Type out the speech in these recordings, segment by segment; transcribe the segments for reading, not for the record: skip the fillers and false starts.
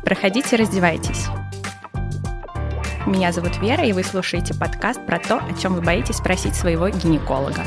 Проходите, раздевайтесь. Меня зовут Вера, и вы слушаете подкаст про то, о чем вы боитесь спросить своего гинеколога.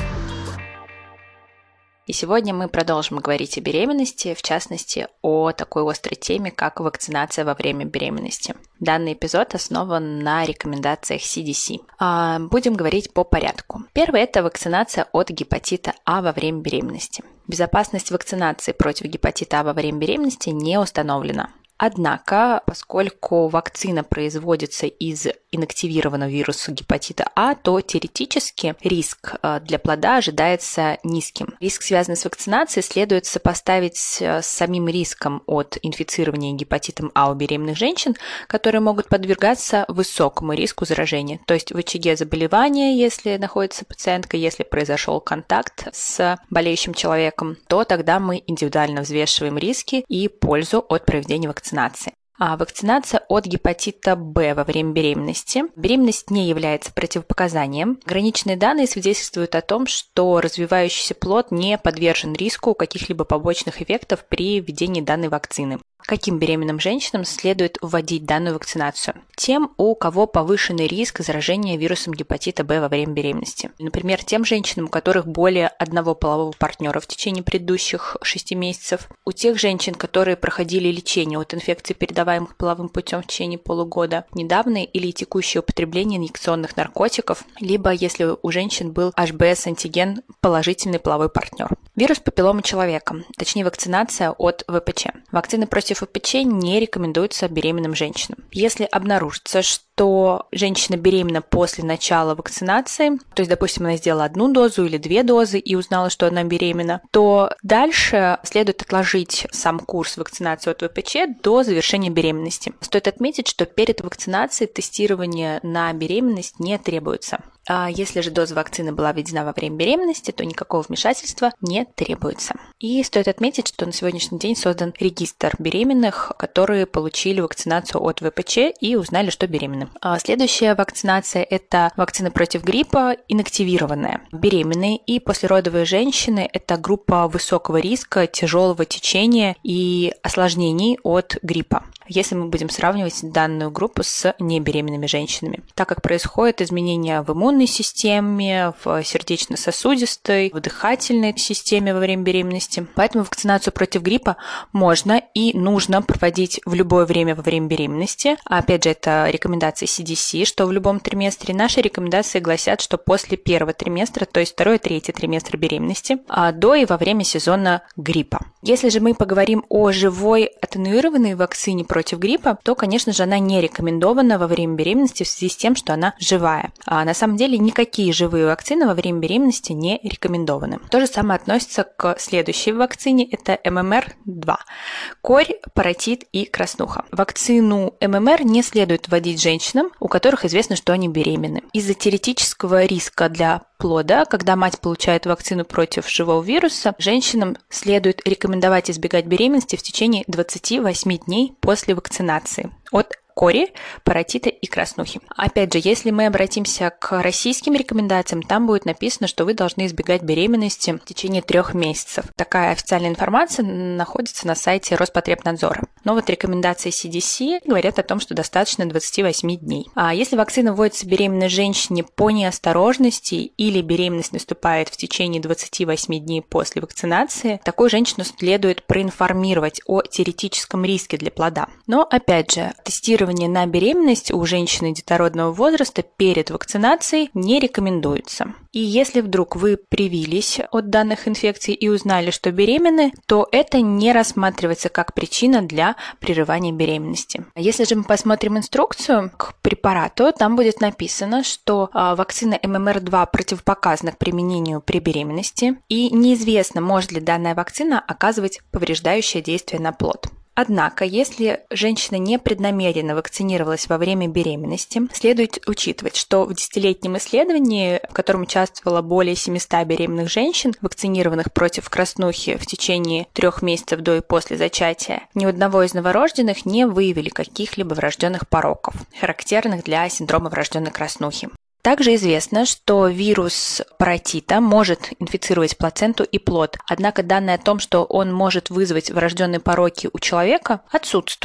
И сегодня мы продолжим говорить о беременности, в частности, о такой острой теме, как вакцинация во время беременности. Данный эпизод основан на рекомендациях CDC. Будем говорить по порядку. Первое – это вакцинация от гепатита А во время беременности. Безопасность вакцинации против гепатита А во время беременности не установлена. Однако, поскольку вакцина производится из инактивированного вируса гепатита А, то теоретически риск для плода ожидается низким. Риск, связанный с вакцинацией, следует сопоставить с самим риском от инфицирования гепатитом А у беременных женщин, которые могут подвергаться высокому риску заражения. То есть в очаге заболевания, если находится пациентка, если произошел контакт с болеющим человеком, то тогда мы индивидуально взвешиваем риски и пользу от проведения вакцинации. Вакцинация от гепатита Б во время беременности. Беременность не является противопоказанием. Ограниченные данные свидетельствуют о том, что развивающийся плод не подвержен риску каких-либо побочных эффектов при введении данной вакцины. Каким беременным женщинам следует вводить данную вакцинацию? Тем, у кого повышенный риск заражения вирусом гепатита Б во время беременности. Например, тем женщинам, у которых более одного полового партнера в течение предыдущих 6 месяцев. У тех женщин, которые проходили лечение от инфекций, передаваемых половым путем в течение полугода, недавнее или текущее употребление инъекционных наркотиков, либо если у женщин был HBs-антиген положительный половой партнер. Вирус папилломы человека, точнее вакцинация от ВПЧ. Вакцины против ВПЧ не рекомендуются беременным женщинам. Если обнаружится, что женщина беременна после начала вакцинации, то есть, допустим, она сделала 1 дозу или 2 дозы и узнала, что она беременна, то дальше следует отложить сам курс вакцинации от ВПЧ до завершения беременности. Стоит отметить, что перед вакцинацией тестирование на беременность не требуется. А если же доза вакцины была введена во время беременности, то никакого вмешательства не требуется. И стоит отметить, что на сегодняшний день создан регистр беременных, которые получили вакцинацию от ВПЧ и узнали, что беременны. Следующая вакцинация – это вакцина против гриппа инактивированная. Беременные и послеродовые женщины – это группа высокого риска, тяжелого течения и осложнений от гриппа, если мы будем сравнивать данную группу с небеременными женщинами, так как происходят изменения в иммунной системе, в сердечно-сосудистой, в дыхательной системе во время беременности. Поэтому вакцинацию против гриппа можно и нужно проводить в любое время во время беременности. Опять же, это рекомендации CDC, что в любом триместре. Наши рекомендации гласят, что после первого триместра, то есть 2-3 триместра беременности, до и во время сезона гриппа. Если же мы поговорим о живой атенуированной вакцине против гриппа, то, конечно же, она не рекомендована во время беременности в связи с тем, что она живая. На самом деле никакие живые вакцины во время беременности не рекомендованы. То же самое относится к следующей вакцине, это ММР-2. Корь, паротит и краснуха. Вакцину ММР не следует вводить женщинам, у которых известно, что они беременны. Из-за теоретического риска для плода, когда мать получает вакцину против живого вируса, женщинам следует рекомендовать избегать беременности в течение 28 дней после вакцинации от кори, паротита и краснухи. Опять же, если мы обратимся к российским рекомендациям, там будет написано, что вы должны избегать беременности в течение 3 месяцев. Такая официальная информация находится на сайте Роспотребнадзора. Но вот рекомендации CDC говорят о том, что достаточно 28 дней. А если вакцина вводится беременной женщине по неосторожности или беременность наступает в течение 28 дней после вакцинации, такую женщину следует проинформировать о теоретическом риске для плода. Но, опять же, тестирование на беременность у женщины детородного возраста перед вакцинацией не рекомендуется. И если вдруг вы привились от данных инфекций и узнали, что беременны, то это не рассматривается как причина для прерывания беременности. Если же мы посмотрим инструкцию к препарату, там будет написано, что вакцина ММР-2 противопоказана к применению при беременности, и неизвестно, может ли данная вакцина оказывать повреждающее действие на плод. Однако, если женщина непреднамеренно вакцинировалась во время беременности, следует учитывать, что в 10-летнем исследовании, в котором участвовало более 700 беременных женщин, вакцинированных против краснухи в течение 3 месяцев до и после зачатия, ни у одного из новорожденных не выявили каких-либо врожденных пороков, характерных для синдрома врожденной краснухи. Также известно, что вирус паротита может инфицировать плаценту и плод, однако данные о том, что он может вызвать врожденные пороки у человека, отсутствуют.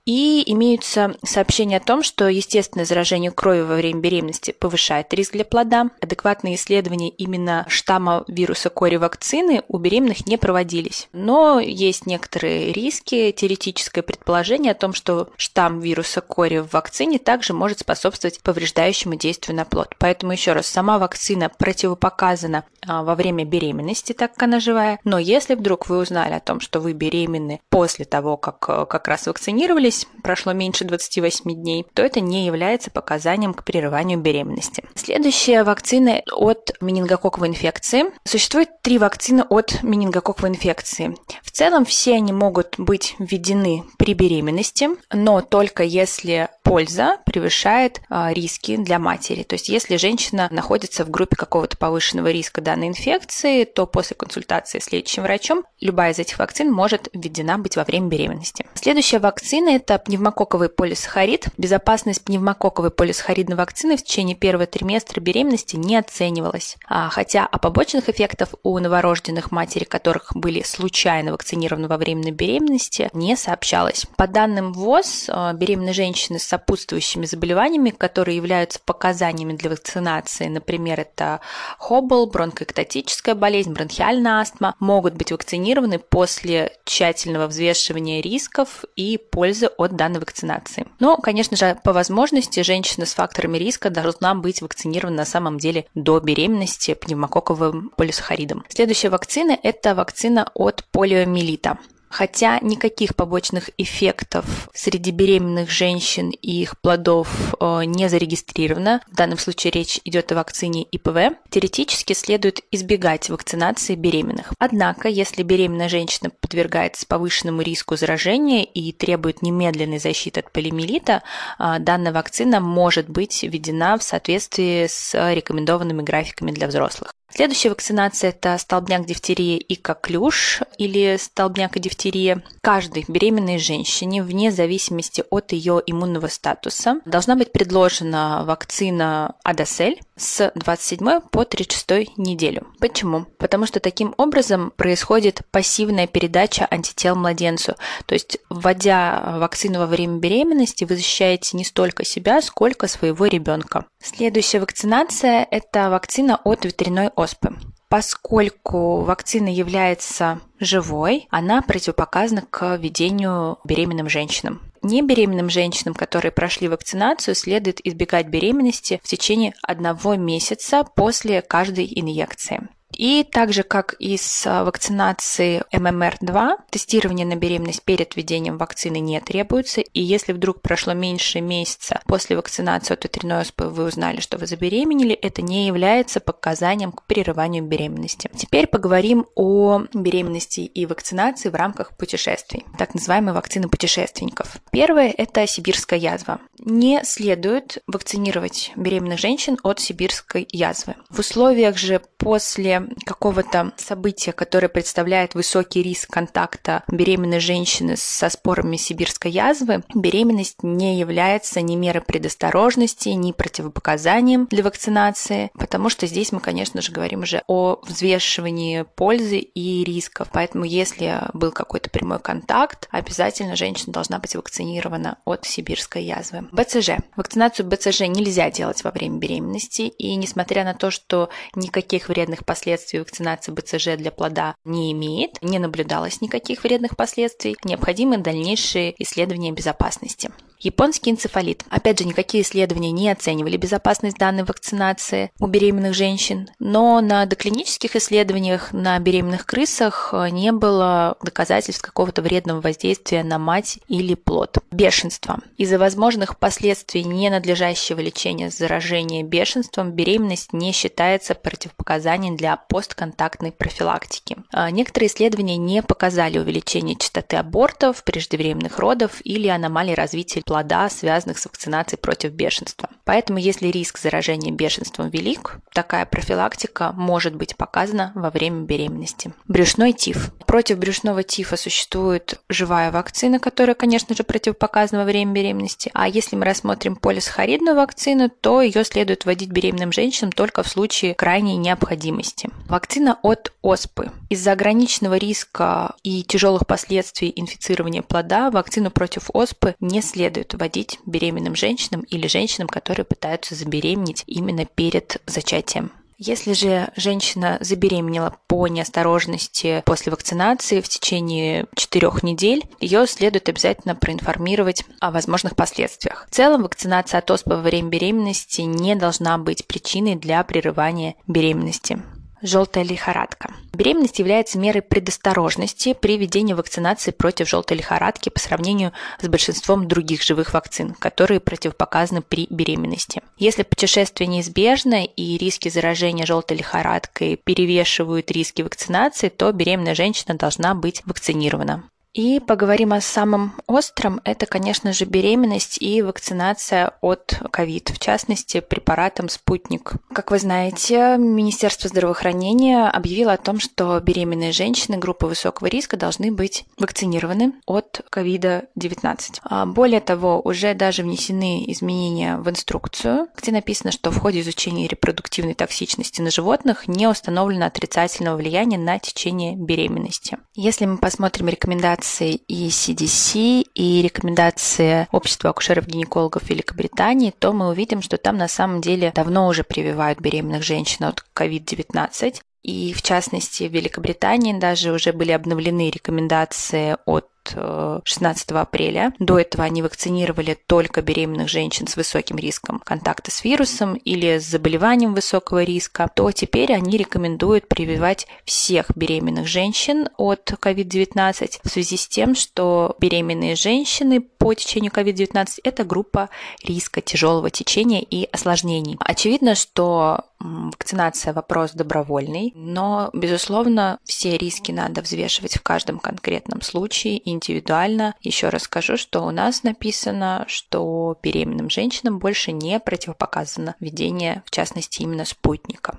И имеются сообщения о том, что естественное заражение крови во время беременности повышает риск для плода. Адекватные исследования именно штамма вируса кори вакцины у беременных не проводились. Но есть некоторые риски, теоретическое предположение о том, что штамм вируса кори в вакцине также может способствовать повреждающему действию на плод. Поэтому еще раз, сама вакцина противопоказана во время беременности, так как она живая. Но если вдруг вы узнали о том, что вы беременны после того, как раз вакцинировались, прошло меньше 28 дней, то это не является показанием к прерыванию беременности. Следующая вакцина от менингококковой инфекции. Существует 3 вакцины от менингококковой инфекции. В целом все они могут быть введены при беременности, но только если польза превышает риски для матери. То есть если женщина находится в группе какого-то повышенного риска данной инфекции, то после консультации с лечащим врачом любая из этих вакцин может введена быть во время беременности. Следующая вакцина – это пневмококковый полисахарид. Безопасность пневмококковой полисахаридной вакцины в течение первого триместра беременности не оценивалась. Хотя о побочных эффектах у новорожденных, матери которых были случайно вакцинированы во время беременности, не сообщалось. По данным ВОЗ, беременные женщины с сопутствующими заболеваниями, которые являются показаниями для вакцинации, например, это хобл, бронхоэктатическая болезнь, бронхиальная астма, могут быть вакцинированы после тщательного взвешивания рисков и пользы от данной вакцинации. Но, конечно же, по возможности женщина с факторами риска должна быть вакцинирована на самом деле до беременности пневмококковым полисахаридом. Следующая вакцина – это вакцина от полиомиелита. Хотя никаких побочных эффектов среди беременных женщин и их плодов не зарегистрировано, в данном случае речь идет о вакцине ИПВ, теоретически следует избегать вакцинации беременных. Однако, если беременная женщина подвергается повышенному риску заражения и требует немедленной защиты от полиомиелита, данная вакцина может быть введена в соответствии с рекомендованными графиками для взрослых. Следующая вакцинация – это столбняк, дифтерия и коклюш или столбняк и дифтерия. Каждой беременной женщине, вне зависимости от ее иммунного статуса, должна быть предложена вакцина Адасель с 27 по 36 неделю. Почему? Потому что таким образом происходит пассивная передача антител младенцу. То есть, вводя вакцину во время беременности, вы защищаете не столько себя, сколько своего ребенка. Следующая вакцинация – это вакцина от ветряной оспы. Поскольку вакцина является живой, она противопоказана к введению беременным женщинам. Небеременным женщинам, которые прошли вакцинацию, следует избегать беременности в течение 1 месяца после каждой инъекции. И так же, как и с вакцинацией ММР-2, тестирование на беременность перед введением вакцины не требуется. И если вдруг прошло меньше месяца после вакцинации от ветряной оспы, вы узнали, что вы забеременели, это не является показанием к прерыванию беременности. Теперь поговорим о беременности и вакцинации в рамках путешествий, так называемые вакцины путешественников. Первое – это сибирская язва. Не следует вакцинировать беременных женщин от сибирской язвы. В условиях же после какого-то события, которое представляет высокий риск контакта беременной женщины со спорами сибирской язвы, беременность не является ни мерой предосторожности, ни противопоказанием для вакцинации, потому что здесь мы, конечно же, говорим уже о взвешивании пользы и рисков. Поэтому, если был какой-то прямой контакт, обязательно женщина должна быть вакцинирована от сибирской язвы. БЦЖ. Вакцинацию БЦЖ нельзя делать во время беременности, и несмотря на то, что никаких вредных последствий вакцинации БЦЖ для плода не имеет, не наблюдалось никаких вредных последствий, необходимы дальнейшие исследования безопасности. Японский энцефалит. Опять же, никакие исследования не оценивали безопасность данной вакцинации у беременных женщин, но на доклинических исследованиях на беременных крысах не было доказательств какого-то вредного воздействия на мать или плод. Бешенство. Из-за возможных последствий ненадлежащего лечения заражения бешенством беременность не считается противопоказанием для постконтактной профилактики. Некоторые исследования не показали увеличение частоты абортов, преждевременных родов или аномалий развития плода, связанных с вакцинацией против бешенства. Поэтому, если риск заражения бешенством велик, такая профилактика может быть показана во время беременности. Брюшной тиф. Против брюшного тифа существует живая вакцина, которая, конечно же, противопоказана во время беременности. А если мы рассмотрим полисахаридную вакцину, то ее следует вводить беременным женщинам только в случае крайней необходимости. Вакцина от оспы. Из-за ограниченного риска и тяжелых последствий инфицирования плода вакцину против оспы не следует вводить беременным женщинам или женщинам, которые пытаются забеременеть именно перед зачатием. Если же женщина забеременела по неосторожности после вакцинации в течение 4 недель, ее следует обязательно проинформировать о возможных последствиях. В целом, вакцинация от оспы во время беременности не должна быть причиной для прерывания беременности. Желтая лихорадка. Беременность является мерой предосторожности при введении вакцинации против желтой лихорадки по сравнению с большинством других живых вакцин, которые противопоказаны при беременности. Если путешествие неизбежно и риски заражения желтой лихорадкой перевешивают риски вакцинации, то беременная женщина должна быть вакцинирована. И поговорим о самом остром. Это, конечно же, беременность и вакцинация от ковид, в частности, препаратом «Спутник». Как вы знаете, Министерство здравоохранения объявило о том, что беременные женщины группы высокого риска должны быть вакцинированы от COVID-19. Более того, уже даже внесены изменения в инструкцию, где написано, что в ходе изучения репродуктивной токсичности на животных не установлено отрицательного влияния на течение беременности. Если мы посмотрим рекомендации и CDC, и рекомендации Общества акушеров-гинекологов Великобритании, то мы увидим, что там на самом деле давно уже прививают беременных женщин от COVID-19. И в частности, в Великобритании даже уже были обновлены рекомендации от 16 апреля. До этого они вакцинировали только беременных женщин с высоким риском контакта с вирусом или с заболеванием высокого риска, то теперь они рекомендуют прививать всех беременных женщин от COVID-19 в связи с тем, что беременные женщины по течению COVID-19 – это группа риска тяжелого течения и осложнений. Очевидно, что вакцинация – вопрос добровольный, но, безусловно, все риски надо взвешивать в каждом конкретном случае индивидуально. Еще раз скажу, что у нас написано, что беременным женщинам больше не противопоказано введение, в частности, именно спутника.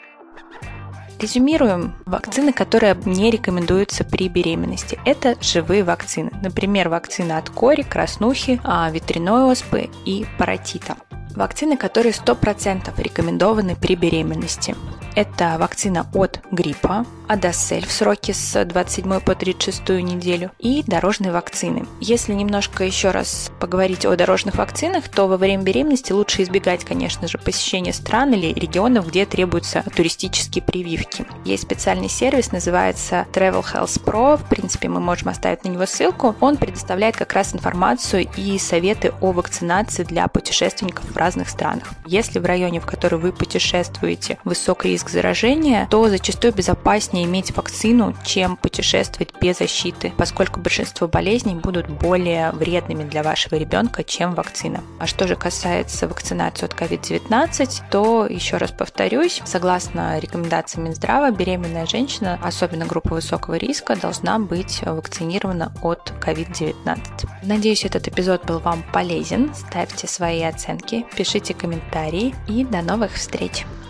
Резюмируем вакцины, которые не рекомендуются при беременности. Это живые вакцины. Например, вакцина от кори, краснухи, ветряной оспы и паротита. Вакцины, которые 100% рекомендованы при беременности. Это вакцина от гриппа, Адассель в сроке с 27 по 36 неделю и дорожные вакцины. Если немножко еще раз поговорить о дорожных вакцинах, то во время беременности лучше избегать, конечно же, посещения стран или регионов, где требуются туристические прививки. Есть специальный сервис, называется Travel Health Pro, в принципе, мы можем оставить на него ссылку. Он предоставляет как раз информацию и советы о вакцинации для путешественников в разных странах. Если в районе, в который вы путешествуете, высок риск заражения, то зачастую безопаснее иметь вакцину, чем путешествовать без защиты, поскольку большинство болезней будут более вредными для вашего ребенка, чем вакцина. А что же касается вакцинации от COVID-19, то, еще раз повторюсь, согласно рекомендациям Минздрава, беременная женщина, особенно группа высокого риска, должна быть вакцинирована от COVID-19. Надеюсь, этот эпизод был вам полезен. Ставьте свои оценки, пишите комментарии и до новых встреч!